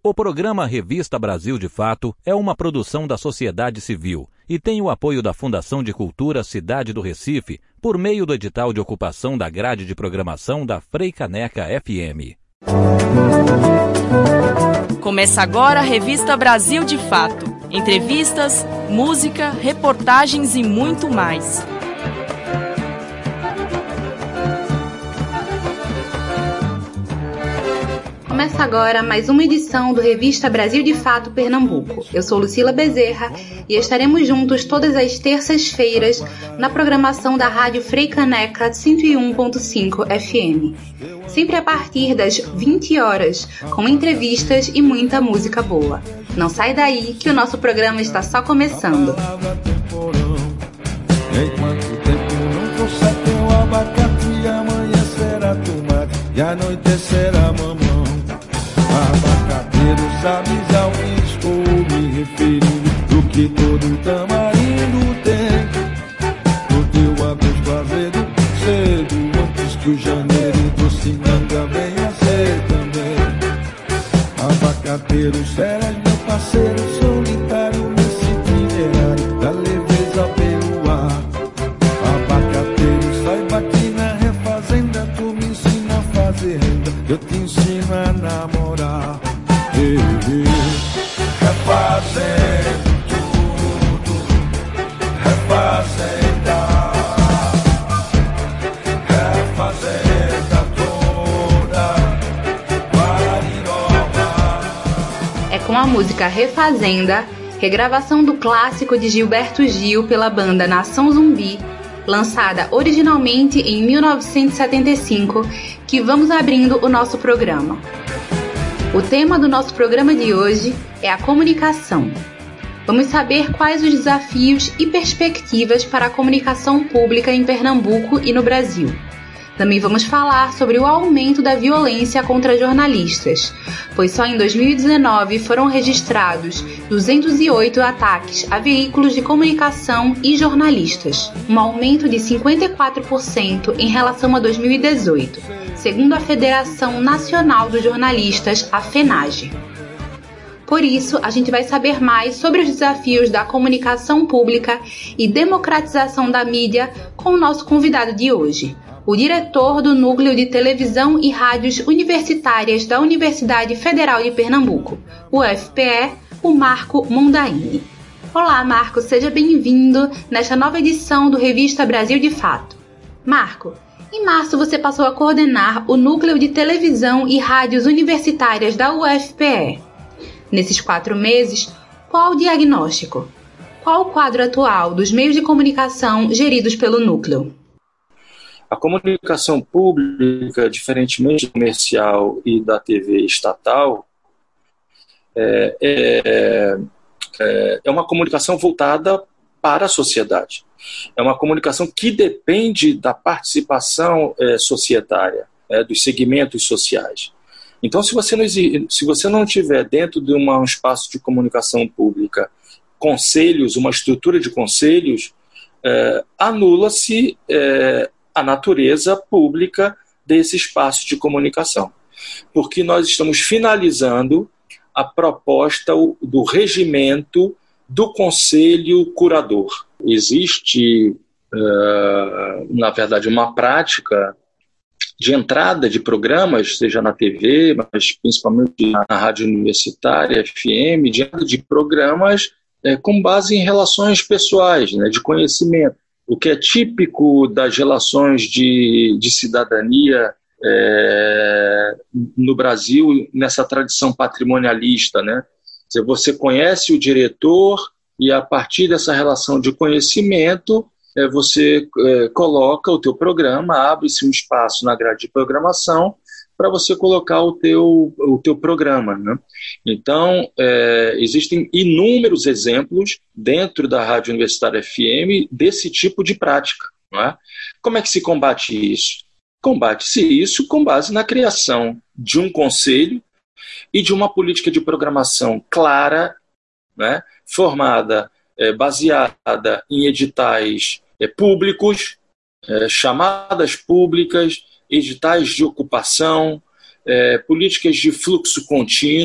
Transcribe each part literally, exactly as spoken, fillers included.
O programa Revista Brasil de Fato é uma produção da sociedade civil e tem o apoio da Fundação de Cultura Cidade do Recife por meio do edital de ocupação da grade de programação da Frei Caneca F M. Começa agora a Revista Brasil de Fato. Entrevistas, música, reportagens e muito mais. Começa agora mais uma edição do Revista Brasil de Fato Pernambuco. Eu sou Lucila Bezerra e estaremos juntos todas as terças-feiras na programação da Rádio Frei Caneca cento e um ponto cinco F M. Sempre a partir das vinte horas, com entrevistas e muita música boa. Não sai daí que o nosso programa está só começando. Enquanto o tempo não trouxer teu abacate, amanhã será tomate e anoitecerá mamão. Abacateiro, sabes ao que estou me referindo, do que todo tamarindo tem. No teu agosto azedo, cedo, antes que o janeiro e docinanga venha ser também. Abacateiro, serás meu parceiro solitário nesse itinerário da leveza pelo ar. Abacateiro, saiba que na refazenda tu me ensina a fazer renda, eu te ensino a namorar. Ei, ei, refazendo tudo, refazenda, refazenda toda, Guarinova. É com a música Refazenda, regravação do clássico de Gilberto Gil pela banda Nação Zumbi, lançada originalmente em mil novecentos e setenta e cinco, que vamos abrindo o nosso programa. O tema do nosso programa de hoje é a comunicação. Vamos saber quais os desafios e perspectivas para a comunicação pública em Pernambuco e no Brasil. Também vamos falar sobre o aumento da violência contra jornalistas, pois só em dois mil e dezenove foram registrados duzentos e oito ataques a veículos de comunicação e jornalistas, um aumento de cinquenta e quatro por cento em relação a dois mil e dezoito, segundo a Federação Nacional dos Jornalistas, a FENAGE. Por isso, a gente vai saber mais sobre os desafios da comunicação pública e democratização da mídia com o nosso convidado de hoje, o diretor do Núcleo de Televisão e Rádios Universitárias da Universidade Federal de Pernambuco, o U F P E, o Marco Mondaini. Olá, Marco, seja bem-vindo nesta nova edição do Revista Brasil de Fato. Marco, em março você passou a coordenar o Núcleo de Televisão e Rádios Universitárias da U F P E. Nesses quatro meses, qual o diagnóstico? Qual o quadro atual dos meios de comunicação geridos pelo Núcleo? A comunicação pública, diferentemente do comercial e da T V estatal, é, é, é uma comunicação voltada para a sociedade. É uma comunicação que depende da participação é, societária, é, dos segmentos sociais. Então, se você, não, se você não tiver dentro de uma, um espaço de comunicação pública conselhos, uma estrutura de conselhos, é, anula-se é, a natureza pública desse espaço de comunicação. Porque nós estamos finalizando a proposta do regimento do Conselho Curador. Existe, uh, na verdade, uma prática de entrada de programas, seja na T V, mas principalmente na Rádio Universitária, F M, de entrada de programas é, com base em relações pessoais, né, de conhecimento. O que é típico das relações de, de cidadania é, no Brasil, nessa tradição patrimonialista, né? Quer dizer, você conhece o diretor e, a partir dessa relação de conhecimento, é, você é, coloca o teu programa, abre-se um espaço na grade de programação para você colocar o teu, o teu programa, né? Então, é, existem inúmeros exemplos dentro da Rádio Universitária F M desse tipo de prática, não é? Como é que se combate isso? Combate-se isso com base na criação de um conselho e de uma política de programação clara, né, formada, é, baseada em editais é, públicos, é, chamadas públicas, editais de ocupação, é, políticas de fluxo contínuo,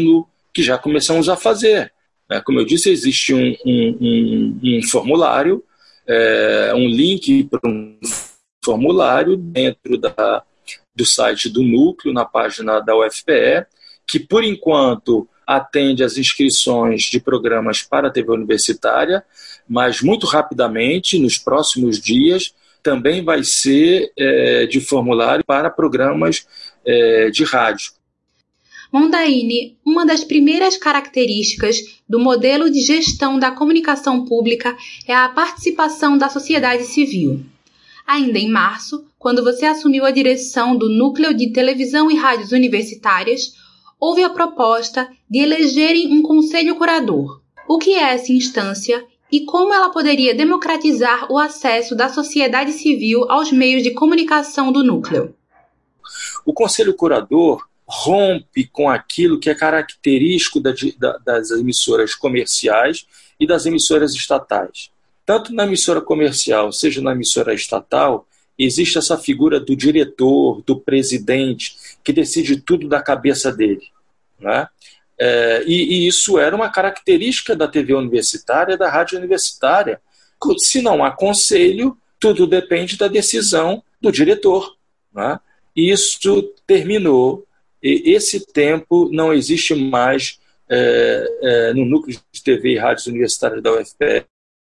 que já começamos a fazer. Né? Como eu disse, existe um, um, um, um formulário, é, um link para um formulário dentro da, do site do Núcleo, na página da U F P E, que, por enquanto, atende às inscrições de programas para a T V universitária, mas muito rapidamente, nos próximos dias, também vai ser é, de formulário para programas é, de rádio. Mondaini, uma das primeiras características do modelo de gestão da comunicação pública é a participação da sociedade civil. Ainda em março, quando você assumiu a direção do Núcleo de Televisão e Rádios Universitárias, houve a proposta de elegerem um conselho curador. O que é essa instância e como ela poderia democratizar o acesso da sociedade civil aos meios de comunicação do Núcleo? O conselho curador rompe com aquilo que é característico da, da, das emissoras comerciais e das emissoras estatais. Tanto na emissora comercial, seja na emissora estatal, existe essa figura do diretor, do presidente, que decide tudo da cabeça dele. Né? É, e, e isso era uma característica da T V universitária, da rádio universitária. Se não há conselho, tudo depende da decisão do diretor. Né? E isso terminou. E esse tempo não existe mais é, é, no núcleo de T V e rádios universitárias da U F P E.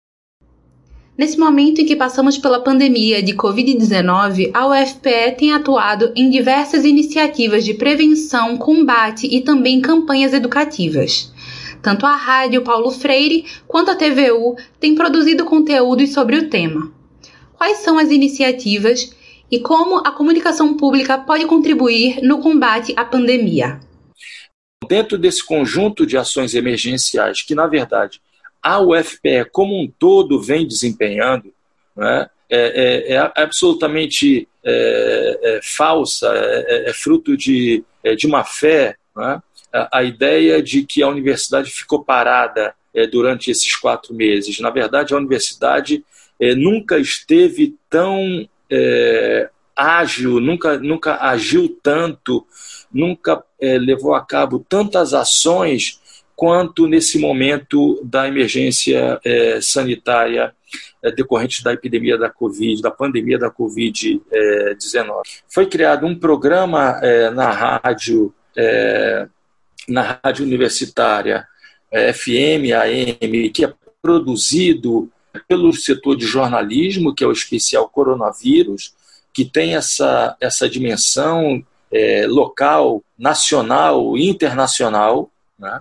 Nesse momento em que passamos pela pandemia de covid dezenove, a U F P E tem atuado em diversas iniciativas de prevenção, combate e também campanhas educativas. Tanto a Rádio Paulo Freire quanto a T V U têm produzido conteúdos sobre o tema. Quais são as iniciativas e como a comunicação pública pode contribuir no combate à pandemia? Dentro desse conjunto de ações emergenciais, que na verdade a U F P E como um todo vem desempenhando, né, é, é, é absolutamente é, é, falsa, é, é fruto de, é, de má fé, né, a, a ideia de que a universidade ficou parada é, durante esses quatro meses. Na verdade, a universidade é, nunca esteve tão é, ágil, nunca, nunca agiu tanto, nunca é, levou a cabo tantas ações quanto nesse momento da emergência é, sanitária é, decorrente da epidemia da Covid, da pandemia da covid dezenove. Foi criado um programa é, na rádio, é, na rádio universitária é, F M, A M, que é produzido pelo setor de jornalismo, que é o especial Coronavírus, que tem essa, essa dimensão é, local, nacional e internacional. Né?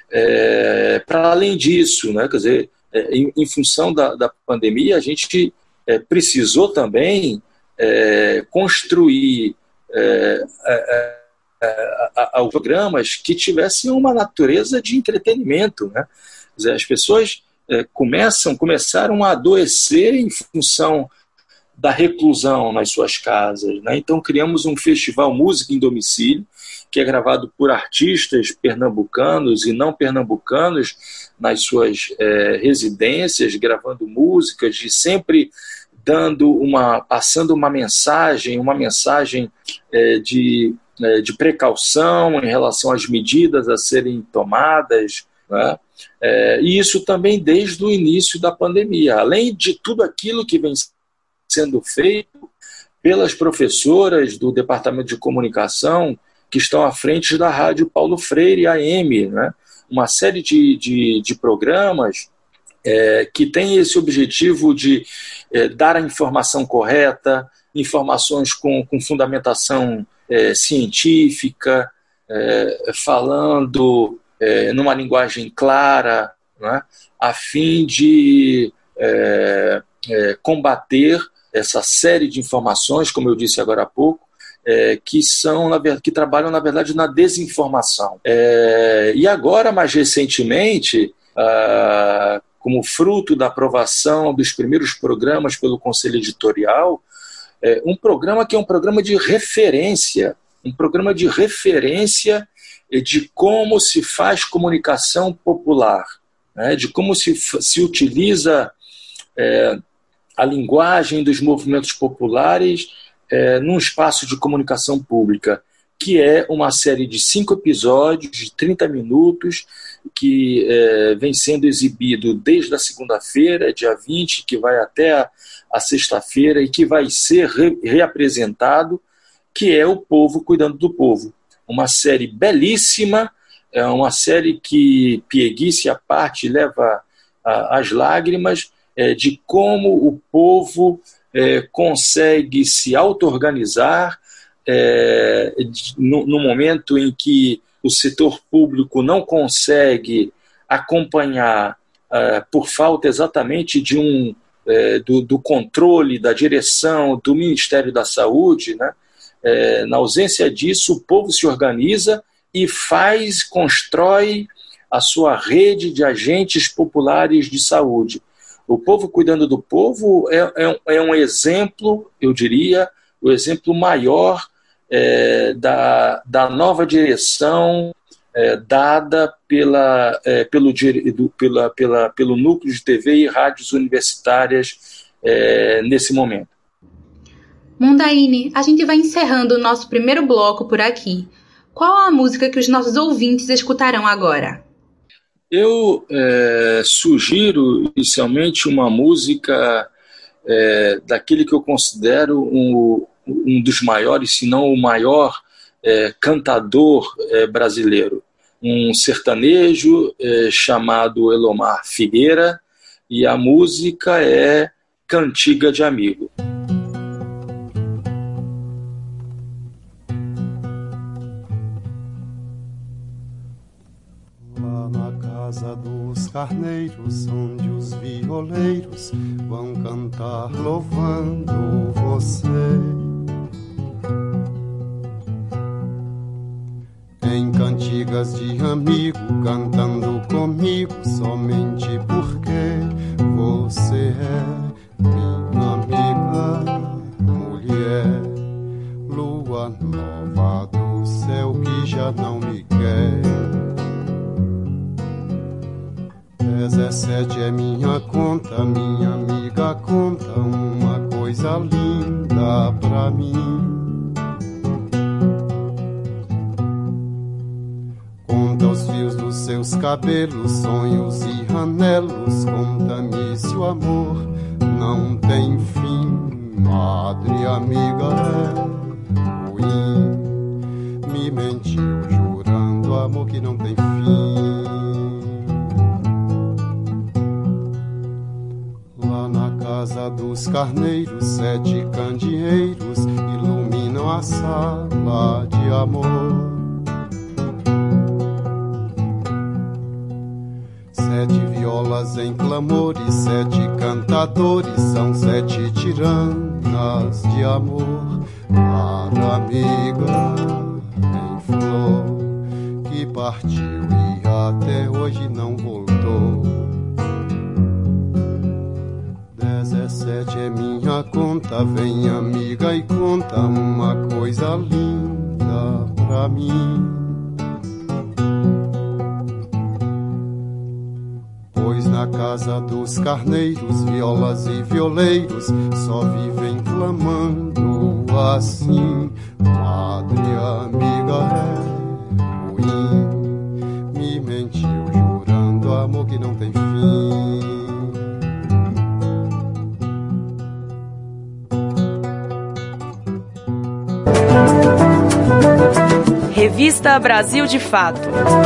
É, para além disso, né, quer dizer, é, em, em função da, da pandemia, a gente é, precisou também é, construir é, é, é, programas que tivessem uma natureza de entretenimento. Né? Quer dizer, as pessoas é, começam, começaram a adoecer em função da reclusão nas suas casas. Né? Então criamos um festival Música em Domicílio, que é gravado por artistas pernambucanos e não pernambucanos nas suas é, residências, gravando músicas e sempre dando uma, passando uma mensagem, uma mensagem é, de, é, de precaução em relação às medidas a serem tomadas. Né? É, e isso também desde o início da pandemia, além de tudo aquilo que vem sendo feito pelas professoras do Departamento de Comunicação que estão à frente da Rádio Paulo Freire A M, né? Uma série de, de, de programas é, que tem esse objetivo de é, dar a informação correta, informações com, com fundamentação é, científica, é, falando é, numa linguagem clara, né? A fim de é, é, combater essa série de informações, como eu disse agora há pouco, É, que, são, que trabalham, na verdade, na desinformação. É, e agora, mais recentemente, ah, como fruto da aprovação dos primeiros programas pelo Conselho Editorial, é, um programa que é um programa de referência, um programa de referência de como se faz comunicação popular, né, de como se, se utiliza é, a linguagem dos movimentos populares É, num espaço de comunicação pública, que é uma série de cinco episódios de trinta minutos, que é, vem sendo exibido desde a segunda-feira, dia vinte, que vai até a, a sexta-feira, e que vai ser re, reapresentado, que é O Povo Cuidando do Povo. Uma série belíssima, é uma série que, pieguice à parte, leva a, as lágrimas, é, de como o povo é, consegue se auto-organizar é, no, no momento em que o setor público não consegue acompanhar, é, por falta exatamente de um, é, do, do controle, da direção do Ministério da Saúde, né? É, na ausência disso, o povo se organiza e faz, constrói a sua rede de agentes populares de saúde. O Povo Cuidando do Povo é, é, é um exemplo, eu diria, o exemplo maior é, da, da nova direção é, dada pela, é, pelo, do, pela, pela, pelo núcleo de T V e rádios universitárias é, nesse momento. Mondaine, a gente vai encerrando o nosso primeiro bloco por aqui. Qual a música que os nossos ouvintes escutarão agora? Eu é, sugiro inicialmente uma música é, daquele que eu considero um, um dos maiores, se não o maior é, cantador é, brasileiro. Um sertanejo é, chamado Elomar Figueira, e a música é Cantiga de Amigo. Casa dos carneiros, onde os violeiros vão cantar louvando você. Em cantigas de amigo, cantando comigo, somente porque você é minha amiga, mulher, lua nova do céu que já não me quer. dezessete é minha conta, minha amiga conta uma coisa linda pra mim. Conta os fios dos seus cabelos, sonhos e anelos, conta-me se o amor não tem fim. Madre amiga é ruim, me mentiu jurando amor que não tem fim. Casa dos carneiros, sete candeeiros iluminam a sala de amor. Sete violas em clamores, sete cantadores, são sete tiranas de amor. Para amiga em flor, que partiu e até hoje não voltou. dezessete é minha conta, vem amiga e conta uma coisa linda pra mim. Pois na casa dos carneiros, violas e violeiros só vivem clamando assim. Madre amiga é ruim, me mentiu jurando amor que não tem fim. Revista Brasil de Fato.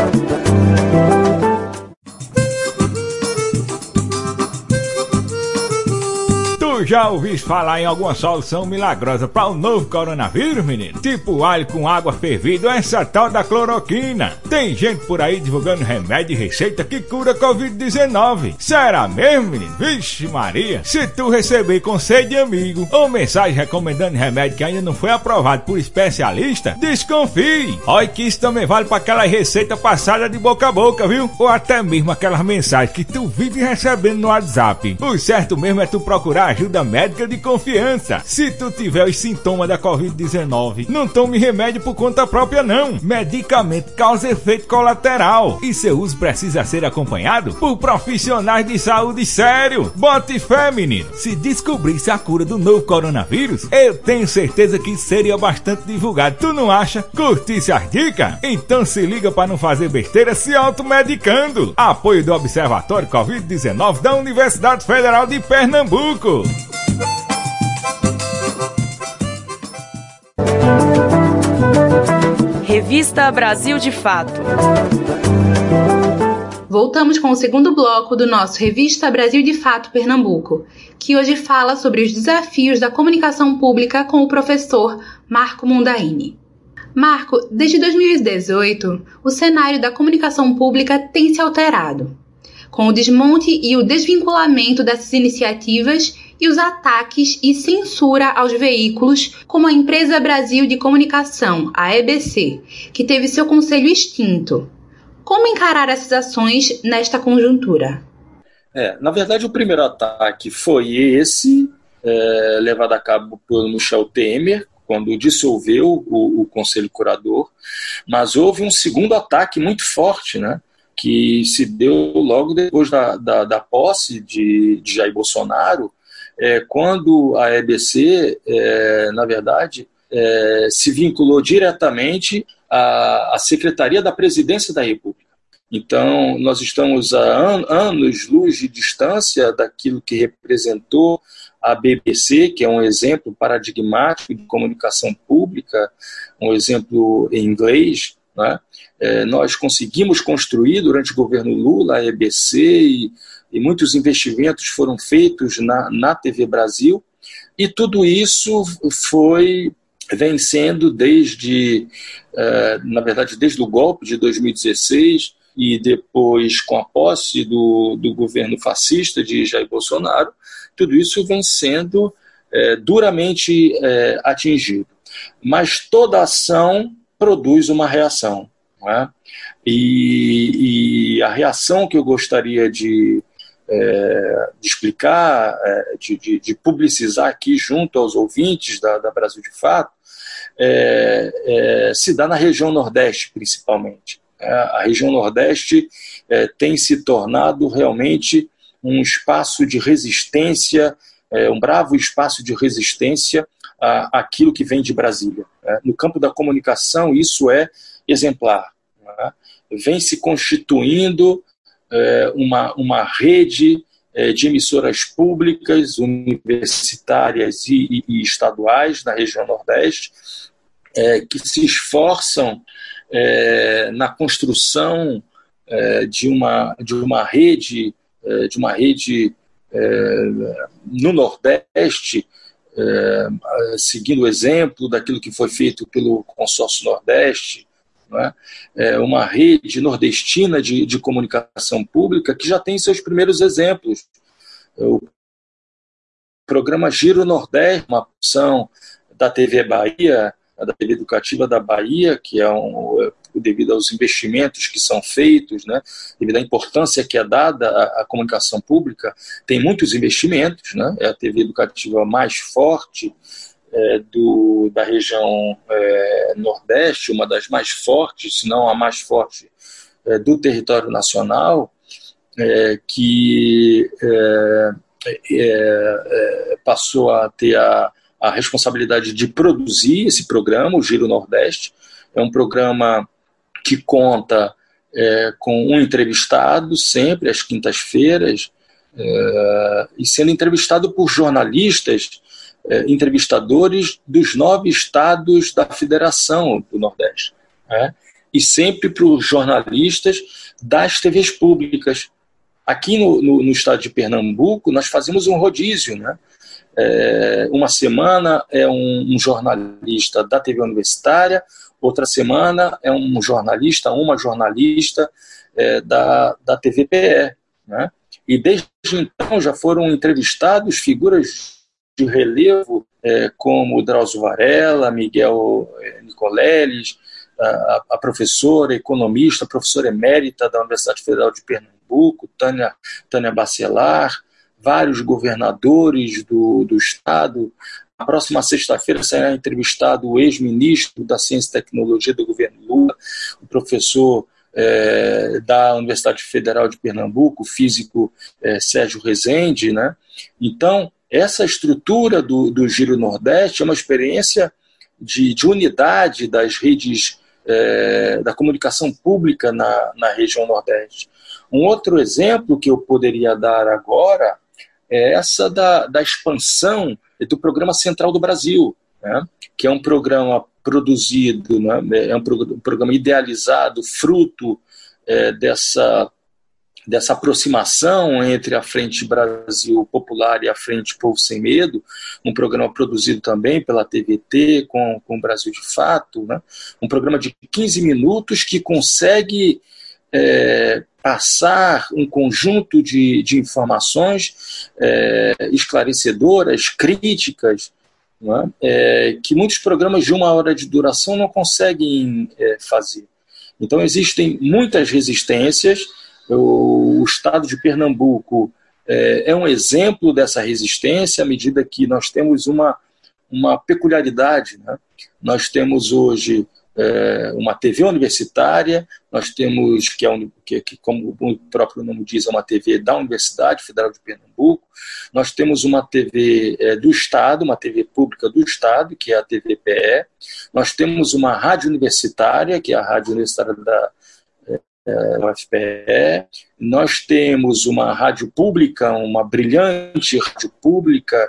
Tu já ouviste falar em alguma solução milagrosa para o novo coronavírus, menino? Tipo alho com água fervida ou essa tal da cloroquina. Tem gente por aí divulgando remédio e receita que cura covid dezenove. Será mesmo, menino? Vixe Maria! Se tu receber conselho de amigo ou mensagem recomendando remédio que ainda não foi aprovado por especialista, desconfie! Olha que isso também vale para aquela receita passada de boca a boca, viu? Ou até mesmo aquelas mensagens que tu vive recebendo no WhatsApp. O certo mesmo é tu procurar ajuda ajuda médica de confiança. Se tu tiver os sintomas da covid dezenove, não tome remédio por conta própria não. Medicamento causa efeito colateral e seu uso precisa ser acompanhado por profissionais de saúde sério. Bote fé, menino. Se descobrisse a cura do novo coronavírus, eu tenho certeza que seria bastante divulgado. Tu não acha? Curtisse as dicas? Então se liga para não fazer besteira se automedicando. Apoio do Observatório covid dezenove da Universidade Federal de Pernambuco. Revista Brasil de Fato. Voltamos com o segundo bloco do nosso Revista Brasil de Fato Pernambuco, que hoje fala sobre os desafios da comunicação pública com o professor Marco Mundaini. Marco, desde dois mil e dezoito, o cenário da comunicação pública tem se alterado, com o desmonte e o desvinculamento dessas iniciativas e os ataques e censura aos veículos, como a Empresa Brasil de Comunicação, a E B C, que teve seu conselho extinto. Como encarar essas ações nesta conjuntura? É, na verdade, o primeiro ataque foi esse, é, levado a cabo por Michel Temer, quando dissolveu o, o Conselho Curador, mas houve um segundo ataque muito forte, né, que se deu logo depois da, da, da posse de, de Jair Bolsonaro, é, quando a E B C, é, na verdade, é, se vinculou diretamente à, à Secretaria da Presidência da República. Então, nós estamos a an- anos-luz de distância daquilo que representou a B B C, que é um exemplo paradigmático de comunicação pública, um exemplo em inglês, né? É, nós conseguimos construir durante o governo Lula a E B C e, e muitos investimentos foram feitos na, na T V Brasil, e tudo isso foi vencendo desde, é, na verdade, desde o golpe de dois mil e dezesseis e depois com a posse do, do governo fascista de Jair Bolsonaro. Tudo isso vem sendo é, duramente é, atingido. Mas toda ação produz uma reação, não é? E, e a reação que eu gostaria de, é, de explicar, é, de, de, de publicizar aqui junto aos ouvintes da, da Brasil de Fato, é, é, se dá na região Nordeste, principalmente. É, a região Nordeste é, tem se tornado realmente um espaço de resistência, é, um bravo espaço de resistência à, àquilo que vem de Brasília. É. No campo da comunicação, isso é exemplar. É. Vem se constituindo é, uma, uma rede é, de emissoras públicas, universitárias e, e, e estaduais na região Nordeste, é, que se esforçam é, na construção é, de, uma, de uma rede de uma rede é, no Nordeste, é, seguindo o exemplo daquilo que foi feito pelo Consórcio Nordeste, não é? É uma rede nordestina de, de comunicação pública que já tem seus primeiros exemplos. O programa Giro Nordeste, uma opção da T V Bahia, da T V Educativa da Bahia, que é um... devido aos investimentos que são feitos, né, devido à importância que é dada à, à comunicação pública, tem muitos investimentos, né, é a T V educativa mais forte é, do, da região é, Nordeste, uma das mais fortes, se não a mais forte é, do território nacional, é, que é, é, é, passou a ter a, a responsabilidade de produzir esse programa, o Giro Nordeste. É um programa que conta é, com um entrevistado sempre às quintas-feiras, é, e sendo entrevistado por jornalistas, é, entrevistadores dos nove estados da Federação do Nordeste, né? E sempre para os jornalistas das T Vs públicas. Aqui no, no, no estado de Pernambuco, nós fazemos um rodízio, né? É, uma semana é um, um jornalista da T V universitária, outra semana é um jornalista, uma jornalista é, da, da T V P E, né? E desde então já foram entrevistados figuras de relevo é, como Drauzio Varela, Miguel é, Nicoleles, a, a professora, economista, professora emérita da Universidade Federal de Pernambuco, Tânia, Tânia Bacelar, vários governadores do, do estado. Na próxima sexta-feira será entrevistado o ex-ministro da Ciência e Tecnologia do governo Lula, o professor é, da Universidade Federal de Pernambuco, o físico é, Sérgio Rezende, né? Então, essa estrutura do, do Giro Nordeste é uma experiência de, de unidade das redes é, da comunicação pública na, na região Nordeste. Um outro exemplo que eu poderia dar agora é essa da, da expansão do Programa Central do Brasil, né? Que é um programa produzido, né? É um, pro, um programa idealizado, fruto é, dessa, dessa aproximação entre a Frente Brasil Popular e a Frente Povo Sem Medo, um programa produzido também pela T V T com, com o Brasil de Fato, né? Um programa de quinze minutos que consegue é, passar um conjunto de, de informações é, esclarecedoras, críticas, né, é, que muitos programas de uma hora de duração não conseguem é, fazer. Então existem muitas resistências. O, o estado de Pernambuco é, é um exemplo dessa resistência, à medida que nós temos uma, uma peculiaridade, né? Nós temos hoje É, uma T V universitária, nós temos, que, é um, que, que como o próprio nome diz, é uma T V da Universidade Federal de Pernambuco, nós temos uma T V é, do Estado, uma T V pública do Estado, que é a T V P E, nós temos uma rádio universitária, que é a Rádio Universitária da é, U F P E, nós temos uma rádio pública, uma brilhante rádio pública,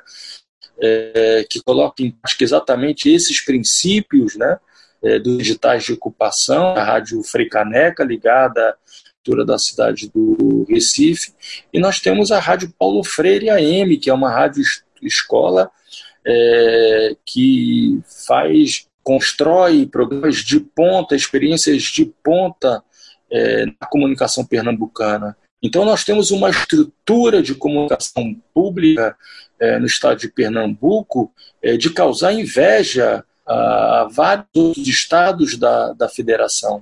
é, que coloca em prática exatamente esses princípios, né, dos digitais de ocupação, a Rádio Frei Caneca, ligada à cultura da cidade do Recife, e nós temos a Rádio Paulo Freire A M, que é uma rádio escola é, que faz, constrói programas de ponta, experiências de ponta é, na comunicação pernambucana. Então nós temos uma estrutura de comunicação pública é, no estado de Pernambuco é, de causar inveja a vários outros estados da, da federação.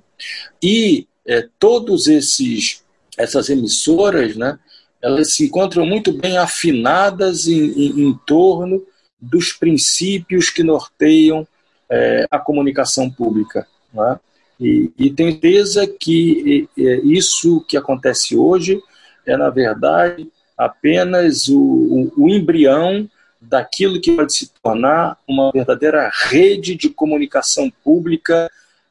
E é, todos esses essas emissoras, né, elas se encontram muito bem afinadas em, em, em torno dos princípios que norteiam é, a comunicação pública, né? E, e tenho certeza que é, isso que acontece hoje é, na verdade, apenas o, o, o embrião daquilo que pode se tornar uma verdadeira rede de comunicação pública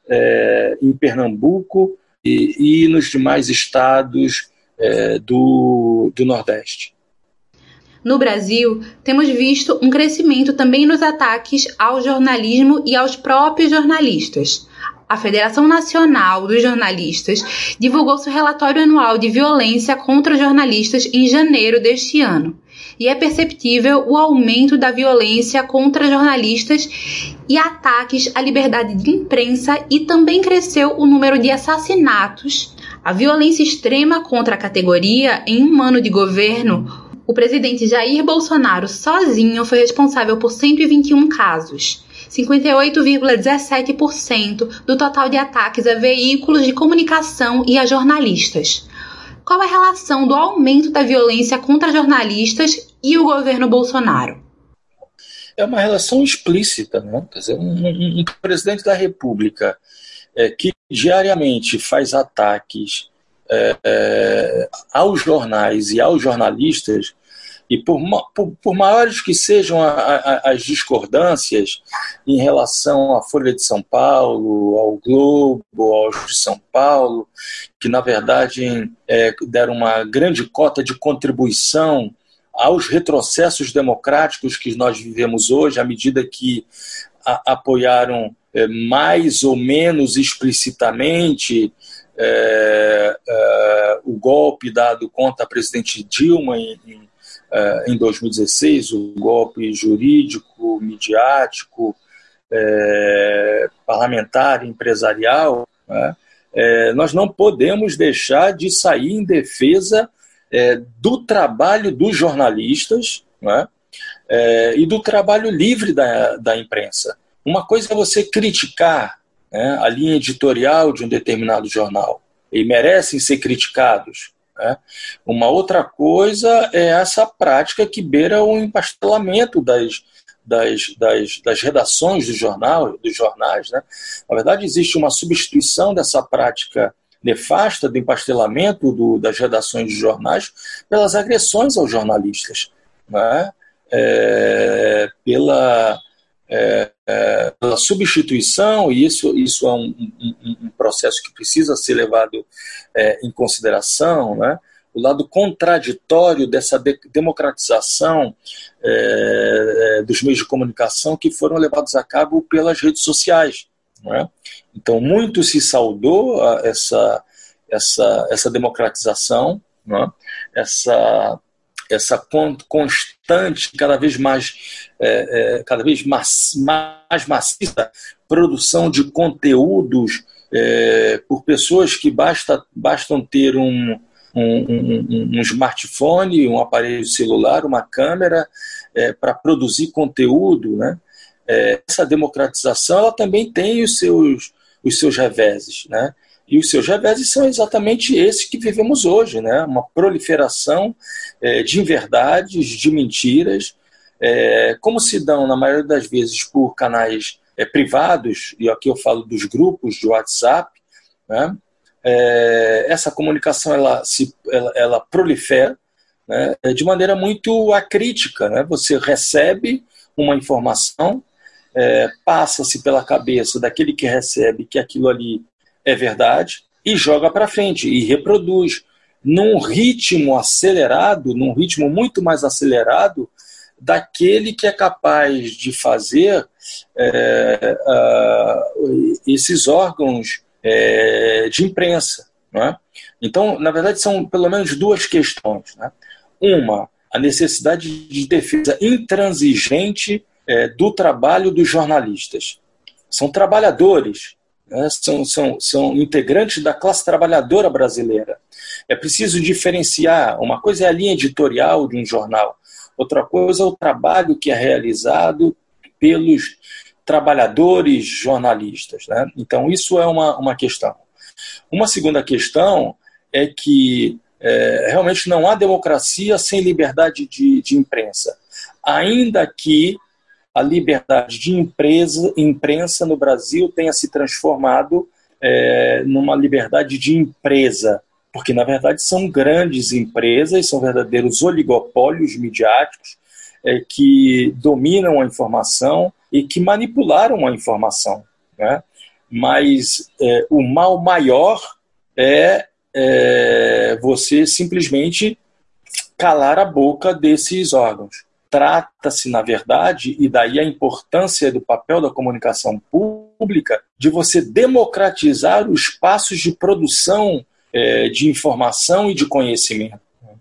é, em Pernambuco e, e nos demais estados é, do, do Nordeste. No Brasil, temos visto um crescimento também nos ataques ao jornalismo e aos próprios jornalistas. A Federação Nacional dos Jornalistas divulgou seu relatório anual de violência contra jornalistas em janeiro deste ano. E é perceptível o aumento da violência contra jornalistas e ataques à liberdade de imprensa, e também cresceu o número de assassinatos. A violência extrema contra a categoria em um ano de governo, o presidente Jair Bolsonaro sozinho foi responsável por cento e vinte e um casos, cinquenta e oito vírgula dezessete por cento do total de ataques a veículos de comunicação e a jornalistas. Qual a relação do aumento da violência contra jornalistas e o governo Bolsonaro? É uma relação explícita, né? Quer dizer, um, um, um presidente da República é, que diariamente faz ataques é, é, aos jornais e aos jornalistas, e por, por, por maiores que sejam a, a, as discordâncias em relação à Folha de São Paulo, ao Globo, ao de São Paulo, que na verdade é, deram uma grande cota de contribuição aos retrocessos democráticos que nós vivemos hoje, à medida que a, apoiaram é, mais ou menos explicitamente é, é, o golpe dado contra a presidente Dilma em, em em dois mil e dezesseis, o golpe jurídico, midiático, é, parlamentar, empresarial, né? É, nós não podemos deixar de sair em defesa é, do trabalho dos jornalistas, né? É, e do trabalho livre da, da imprensa. Uma coisa é você criticar, né, a linha editorial de um determinado jornal, e merecem ser criticados, né? Uma outra coisa é essa prática que beira o empastelamento das, das, das, das redações do jornal, dos jornais, né? Na verdade, existe uma substituição dessa prática nefasta do empastelamento do, das redações de jornais pelas agressões aos jornalistas, né? É, pela, é, é, pela substituição, e isso, isso é um, um, um processo que precisa ser levado é, em consideração, né? O lado contraditório dessa de, democratização é, dos meios de comunicação que foram levados a cabo pelas redes sociais, né? Então, muito se saudou essa, essa, essa democratização, né? essa, essa constante, cada vez mais, é, é, cada vez mais, mais maciça produção de conteúdos é, por pessoas que basta, bastam ter um, um, um, um smartphone, um aparelho celular, uma câmera é, para produzir conteúdo, né? É, essa democratização ela também tem os seus, os seus reveses, né? E os seus reveses são exatamente esses que vivemos hoje, né? Uma proliferação é, de inverdades, de mentiras, é, como se dão, na maioria das vezes, por canais é, privados, e aqui eu falo dos grupos de WhatsApp, né? É, essa comunicação ela, se, ela, ela prolifera, né? De maneira muito acrítica, né? Você recebe uma informação, É, passa-se pela cabeça daquele que recebe que aquilo ali é verdade e joga para frente e reproduz num ritmo acelerado, num ritmo muito mais acelerado daquele que é capaz de fazer é, uh, esses órgãos é, de imprensa, né? Então, na verdade, são pelo menos duas questões, né? Uma, a necessidade de defesa intransigente É, do trabalho dos jornalistas. São trabalhadores, né? são, são, são integrantes da classe trabalhadora brasileira. É preciso diferenciar. Uma coisa é a linha editorial de um jornal, outra coisa é o trabalho que é realizado pelos trabalhadores jornalistas, né? Então, isso é uma, uma questão. Uma segunda questão é que é, realmente não há democracia sem liberdade de, de imprensa, ainda que a liberdade de empresa, imprensa no Brasil tenha se transformado é, numa liberdade de empresa, porque, na verdade, são grandes empresas, são verdadeiros oligopólios midiáticos é, que dominam a informação e que manipularam a informação, né? Mas é, o mal maior é, é você simplesmente calar a boca desses órgãos. Trata-se, na verdade, e daí a importância do papel da comunicação pública, de você democratizar os espaços de produção é, de informação e de conhecimento.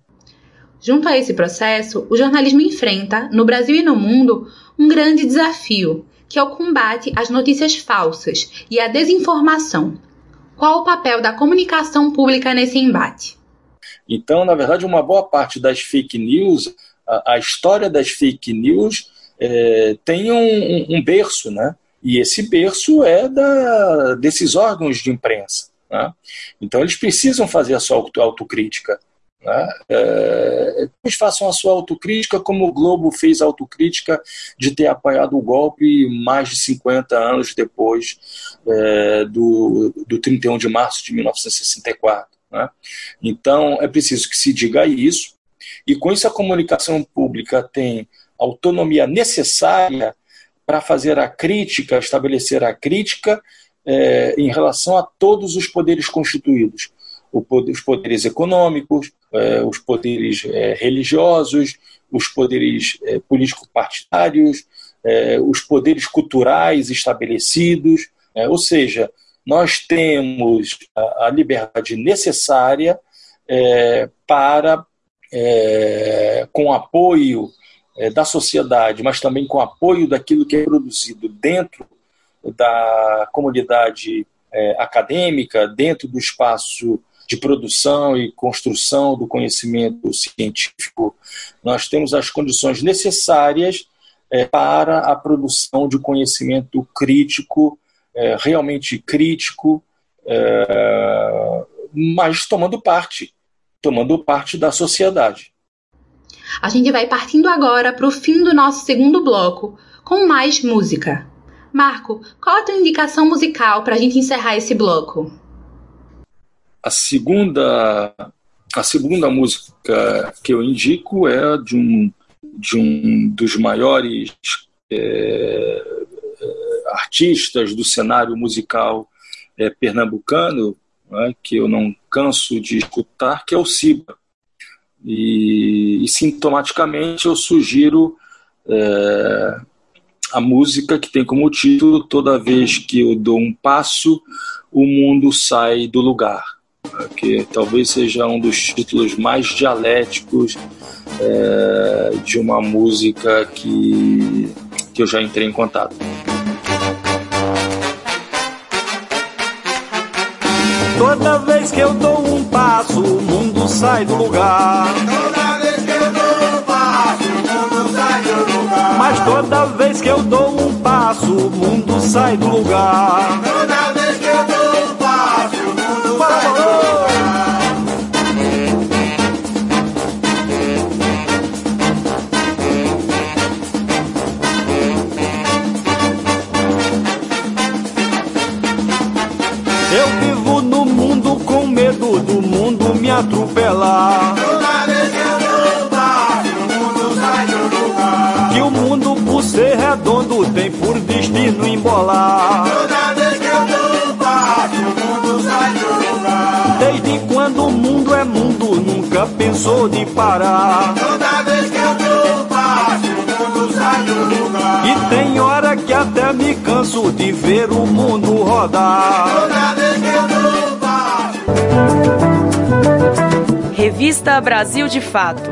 Junto a esse processo, o jornalismo enfrenta, no Brasil e no mundo, um grande desafio, que é o combate às notícias falsas e à desinformação. Qual o papel da comunicação pública nesse embate? Então, na verdade, uma boa parte das fake news, a, a história das fake news é, tem um, um berço, né? E esse berço é da, desses órgãos de imprensa, né? Então, eles precisam fazer a sua autocrítica, né? É, eles façam a sua autocrítica como o Globo fez a autocrítica de ter apoiado o golpe mais de cinquenta anos depois é, do, do trinta e um de março de mil novecentos e sessenta e quatro. Né? Então, é preciso que se diga isso, e com isso a comunicação pública tem autonomia necessária para fazer a crítica, estabelecer a crítica é, em relação a todos os poderes constituídos, o poder, os poderes econômicos, é, os poderes é, religiosos, os poderes é, político-partidários, é, os poderes culturais estabelecidos, é, ou seja, nós temos a, a liberdade necessária é, para, é, com apoio é, da sociedade, mas também com apoio daquilo que é produzido dentro da comunidade é, acadêmica, dentro do espaço de produção e construção do conhecimento científico, nós temos as condições necessárias é, para a produção de conhecimento crítico, é, realmente crítico, é, mas tomando parte tomando parte da sociedade. A gente vai partindo agora para o fim do nosso segundo bloco, com mais música. Marco, qual a tua indicação musical para a gente encerrar esse bloco? A segunda, a segunda música que eu indico é de um, de um dos maiores é, artistas do cenário musical é, pernambucano, né, que eu não canso de escutar, que é o Siba. E, e sintomaticamente eu sugiro é, a música que tem como título Toda Vez Que Eu Dou Um Passo, O Mundo Sai do Lugar, que talvez seja um dos títulos mais dialéticos é, de uma música que, que eu já entrei em contato. Toda vez que eu dou um passo, o mundo sai do lugar. Toda vez que eu dou um passo, o mundo sai do lugar. Mas toda vez que eu dou um passo, o mundo sai do lugar. Toda vez que eu dou um passo, o mundo sai do lugar. Eu vivo no mundo com medo do mundo me atropelar. Toda vez que eu dou um passo, o mundo sai do lugar. Que o mundo, por ser redondo, tem por destino embolar. Toda vez que eu dou um passo, o mundo sai do lugar. Desde quando o mundo é mundo, nunca pensou de parar. Toda vez que eu dou um passo, o mundo sai do lugar. E tem hora que até me canso de ver o mundo rodar. Toda vez que eu dou um passo. Revista Brasil de Fato.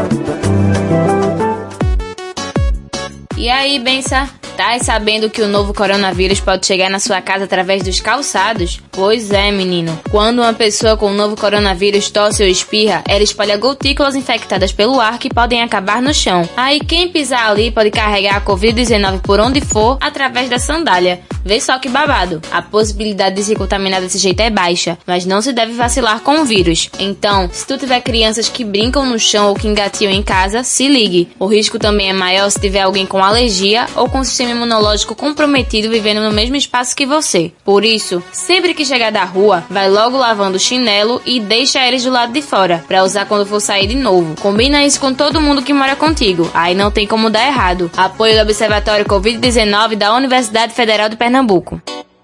E aí, bença? Tá sabendo que o novo coronavírus pode chegar na sua casa através dos calçados? Pois é, menino. Quando uma pessoa com o novo coronavírus tosse ou espirra, ela espalha gotículas infectadas pelo ar que podem acabar no chão. Aí quem pisar ali pode carregar a covid dezenove por onde for através da sandália. Vê só que babado. A possibilidade de se contaminar desse jeito é baixa, mas não se deve vacilar com o vírus. Então, se tu tiver crianças que brincam no chão ou que engatiam em casa, se ligue. O risco também é maior se tiver alguém com alergia ou com sistema imunológico comprometido vivendo no mesmo espaço que você. Por isso, sempre que chegar da rua, vai logo lavando o chinelo e deixa eles do lado de fora, pra usar quando for sair de novo. Combina isso com todo mundo que mora contigo, aí não tem como dar errado. Apoio do Observatório covid dezenove da Universidade Federal de Pernambuco.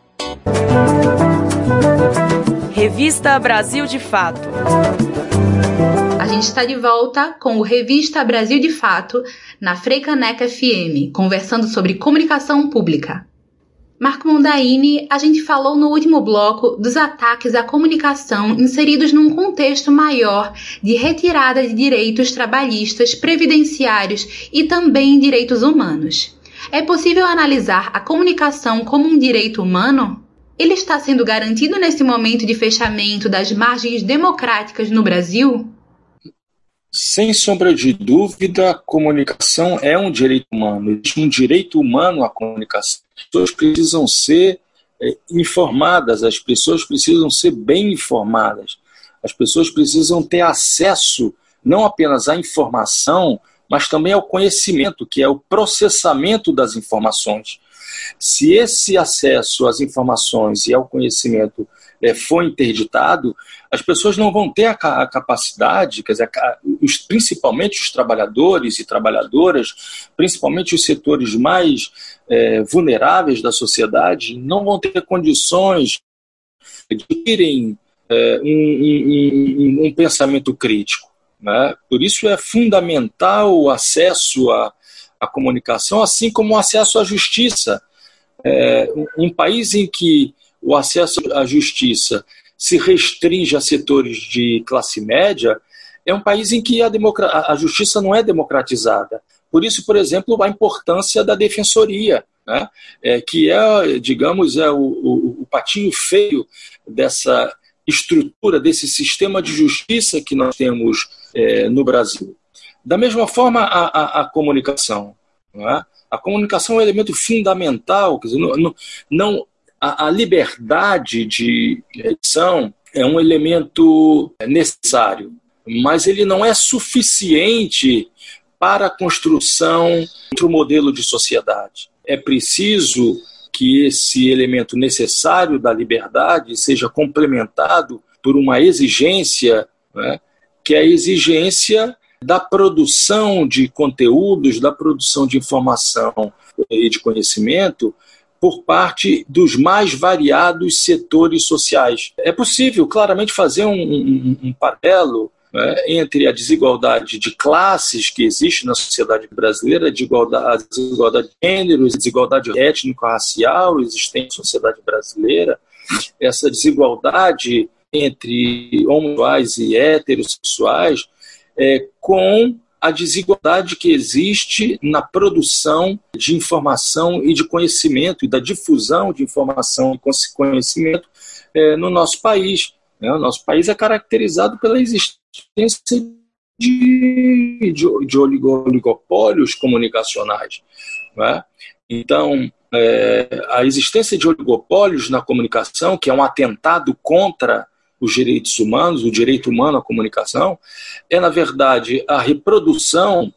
Revista Brasil de Fato. A gente está de volta com o Revista Brasil de Fato na Freicaneca F M, conversando sobre comunicação pública. Marco Mondaini, a gente falou no último bloco dos ataques à comunicação inseridos num contexto maior de retirada de direitos trabalhistas, previdenciários e também direitos humanos. É possível analisar a comunicação como um direito humano? Ele está sendo garantido nesse momento de fechamento das margens democráticas no Brasil? Sem sombra de dúvida, a comunicação é um direito humano. Existe um direito humano à comunicação. As pessoas precisam ser é, informadas, as pessoas precisam ser bem informadas. As pessoas precisam ter acesso não apenas à informação, mas também ao conhecimento, que é o processamento das informações. Se esse acesso às informações e ao conhecimento é, for interditado, as pessoas não vão ter a, a capacidade, quer dizer, a, os, principalmente os trabalhadores e trabalhadoras, principalmente os setores mais é, vulneráveis da sociedade, não vão ter condições de terem é, um, um, um, um pensamento crítico, né? Por isso é fundamental o acesso à, à comunicação, assim como o acesso à justiça. É, um país em que o acesso à justiça se restringe a setores de classe média é um país em que a, democra- a justiça não é democratizada. Por isso, por exemplo, a importância da defensoria, né? É, que é, digamos, é o, o, o patinho feio dessa estrutura, desse sistema de justiça que nós temos é, no Brasil. Da mesma forma, a, a, a comunicação, não é? A comunicação é um elemento fundamental, quer dizer, não, não, não, a, a liberdade de edição é um elemento necessário, mas ele não é suficiente para a construção de outro modelo de sociedade. É preciso que esse elemento necessário da liberdade seja complementado por uma exigência, né, que é a exigência da produção de conteúdos, da produção de informação e de conhecimento por parte dos mais variados setores sociais. É possível claramente fazer um, um, um paralelo, né, entre a desigualdade de classes que existe na sociedade brasileira, a desigualdade, a desigualdade de gêneros, a desigualdade étnico-racial existente na sociedade brasileira, essa desigualdade entre homossexuais e heterossexuais, é, com a desigualdade que existe na produção de informação e de conhecimento e da difusão de informação e conhecimento é, no nosso país. Né? O nosso país é caracterizado pela existência de, de, de oligopólios comunicacionais. Né? Então, é, a existência de oligopólios na comunicação, que é um atentado contra os direitos humanos, o direito humano à comunicação, é, na verdade, a reprodução,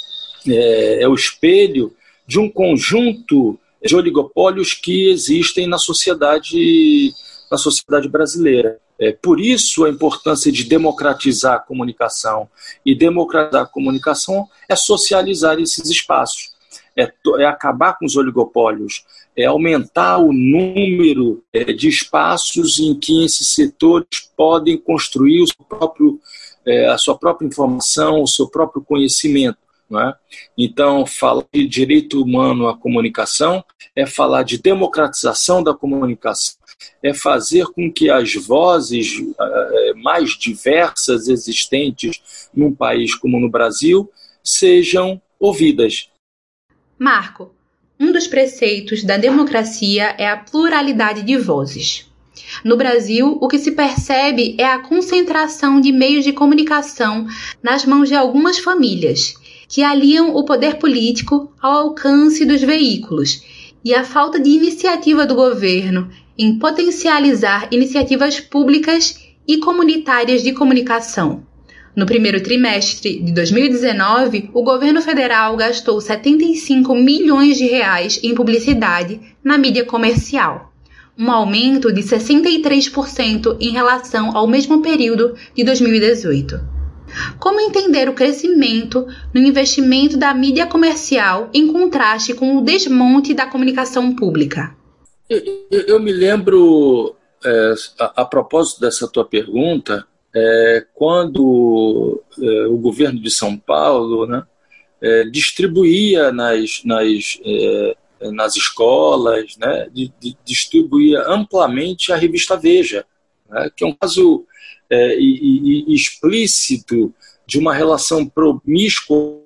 é, é o espelho de um conjunto de oligopólios que existem na sociedade, na sociedade brasileira. É, por isso, a importância de democratizar a comunicação. E democratizar a comunicação é socializar esses espaços, é, é acabar com os oligopólios, é aumentar o número é, de espaços em que esses setores podem construir o seu próprio, é, a sua própria informação, o seu próprio conhecimento. Não é? Então, falar de direito humano à comunicação é falar de democratização da comunicação, é fazer com que as vozes é, mais diversas existentes num país como no Brasil sejam ouvidas. Marco, um dos preceitos da democracia é a pluralidade de vozes. No Brasil, o que se percebe é a concentração de meios de comunicação nas mãos de algumas famílias, que aliam o poder político ao alcance dos veículos, e a falta de iniciativa do governo em potencializar iniciativas públicas e comunitárias de comunicação. No primeiro trimestre de dois mil e dezenove, o governo federal gastou setenta e cinco milhões de reais em publicidade na mídia comercial, um aumento de sessenta e três por cento em relação ao mesmo período de dois mil e dezoito. Como entender o crescimento no investimento da mídia comercial em contraste com o desmonte da comunicação pública? Eu, eu, eu me lembro, é, a, a propósito dessa tua pergunta, É, quando é, o governo de São Paulo, né, é, distribuía nas, nas, é, nas escolas, né, de, de, distribuía amplamente a revista Veja, né, que é um caso é, e, e, explícito de uma relação promíscua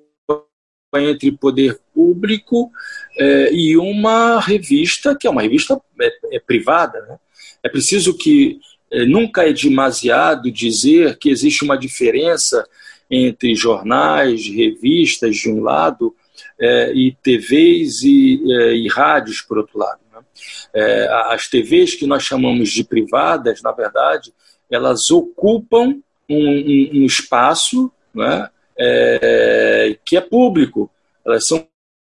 entre poder público é, e uma revista que é uma revista é, é privada. Né? É preciso que nunca é demasiado dizer que existe uma diferença entre jornais, revistas, de um lado, é, e T Vs e, é, e rádios, por outro lado. Né? É, as T Vs que nós chamamos de privadas, na verdade, elas ocupam um, um, um espaço, né, é, que é público. Elas são